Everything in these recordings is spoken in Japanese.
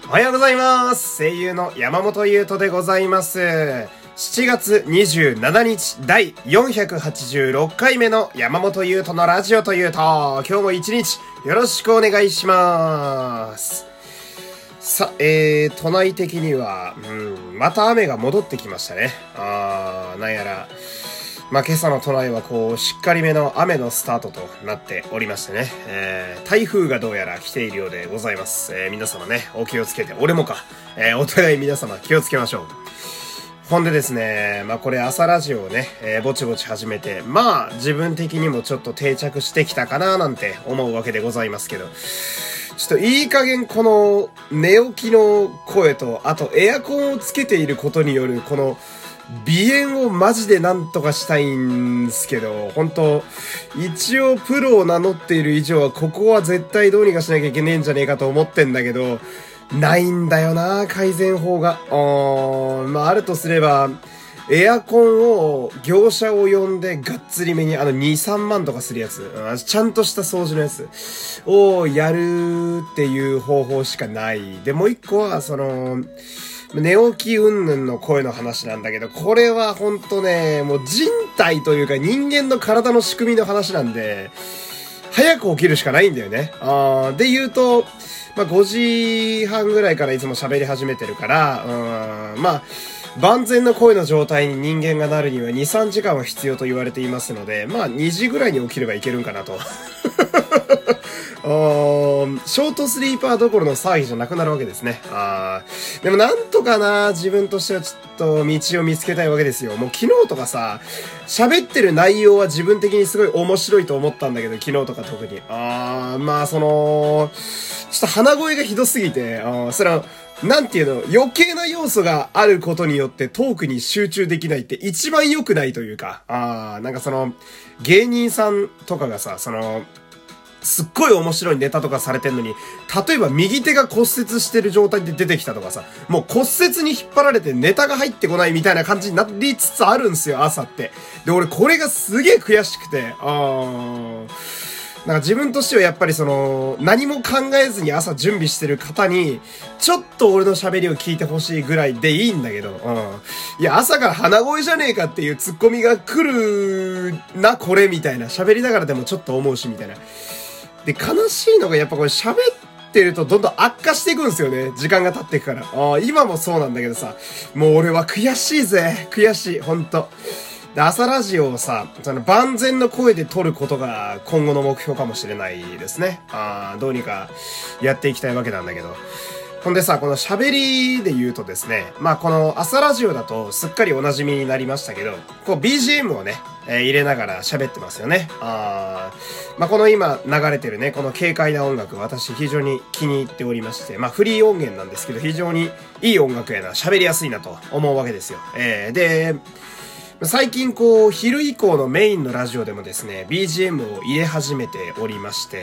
おはようございます。声優の山本優斗でございます。7月27日第486回目の山本優斗のラジオというと、今日も一日よろしくお願いします。さ、都内的には、また雨が戻ってきましたね。なんやら、今朝の都内はしっかりめの雨のスタートとなっておりましてね、台風がどうやら来ているようでございます。皆様ね、お気をつけて、俺もか、お互い皆様気をつけましょう。ほんでですね、これ朝ラジオをね、ぼちぼち始めて、自分的にもちょっと定着してきたかななんて思うわけでございますけど、ちょっといい加減この寝起きの声と、あとエアコンをつけていることによるこの鼻炎をマジでなんとかしたいんすけど、本当一応プロを名乗っている以上はここは絶対どうにかしなきゃいけねえんじゃねえかと思ってんだけど、ないんだよな、改善法が。あるとすれば、エアコンを業者を呼んでがっつりめに2、3万とかするやつ、ちゃんとした掃除のやつをやるっていう方法しかない。で、もう一個は寝起き云々の声の話なんだけど、これはほんとね、もう人体というか人間の体の仕組みの話なんで、早く起きるしかないんだよね。で言うと、5時半ぐらいからいつも喋り始めてるから、万全の声の状態に人間がなるには2、3時間は必要と言われていますので、2時ぐらいに起きればいけるんかなと。ショートスリーパーどころの騒ぎじゃなくなるわけですね。でもなんとかな、自分としてはちょっと道を見つけたいわけですよ。もう昨日とかさ、喋ってる内容は自分的にすごい面白いと思ったんだけど、昨日とか特に。ちょっと鼻声がひどすぎて、なんていうの、余計な要素があることによってトークに集中できないって一番良くないというか、芸人さんとかがさ、すっごい面白いネタとかされてんのに、例えば右手が骨折してる状態で出てきたとかさ、もう骨折に引っ張られてネタが入ってこないみたいな感じになりつつあるんすよ、朝って。で、俺これがすげえ悔しくて、自分としてはやっぱり何も考えずに朝準備してる方に、ちょっと俺の喋りを聞いてほしいぐらいでいいんだけど、いや、朝から鼻声じゃねえかっていうツッコミが来るな、これ、みたいな。喋りながらでもちょっと思うし、みたいな。で、悲しいのがやっぱこれ喋ってるとどんどん悪化していくんですよね。時間が経っていくから。今もそうなんだけどさ、もう俺は悔しいぜ。悔しい、ほんと。で、朝ラジオをさ、万全の声で撮ることが今後の目標かもしれないですね。どうにかやっていきたいわけなんだけど。ほんでさ、この喋りで言うとですね、この朝ラジオだとすっかりお馴染みになりましたけど、BGM をね、入れながら喋ってますよね。この今流れてるね、この軽快な音楽、私非常に気に入っておりまして、フリー音源なんですけど、非常にいい音楽やな、喋りやすいなと思うわけですよ。で、最近昼以降のメインのラジオでもですね、BGM を入れ始めておりまして、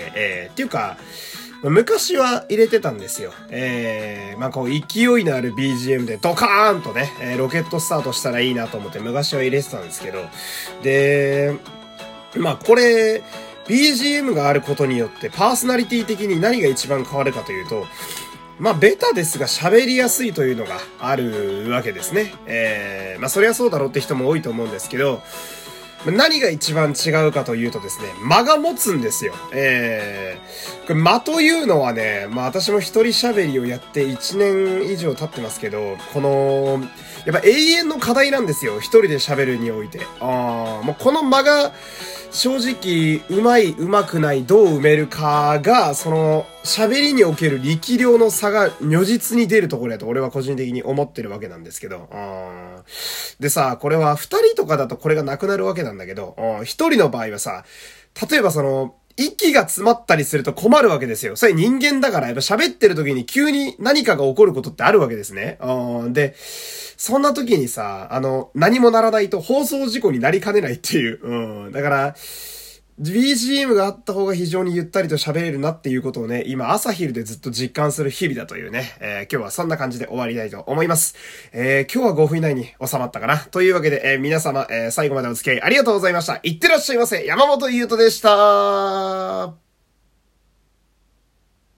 っていうか、昔は入れてたんですよ。勢いのある BGM でドカーンとね、ロケットスタートしたらいいなと思って昔は入れてたんですけど、で、これ、BGM があることによってパーソナリティ的に何が一番変わるかというと、ベタですが喋りやすいというのがあるわけですね。そりゃそうだろうって人も多いと思うんですけど、何が一番違うかというとですね、間が持つんですよ。これ間というのはね、私も一人喋りをやって1年以上経ってますけど、やっぱ永遠の課題なんですよ。一人で喋るにおいて。もうこの間が、正直、うまくない、どう埋めるかが、喋りにおける力量の差が如実に出るところだと俺は個人的に思ってるわけなんですけど。でさ、これは二人とかだとこれがなくなるわけなんだけど、一人の場合はさ、例えば息が詰まったりすると困るわけですよ。それ人間だからやっぱ喋ってる時に急に何かが起こることってあるわけですね。で、そんな時にさ、何もならないと放送事故になりかねないっていう。だから、BGM があった方が非常にゆったりと喋れるなっていうことをね、今朝昼でずっと実感する日々だというね、今日はそんな感じで終わりたいと思います。今日は5分以内に収まったかなというわけで、皆様、最後までお付き合いありがとうございました。いってらっしゃいませ。山本優斗でした。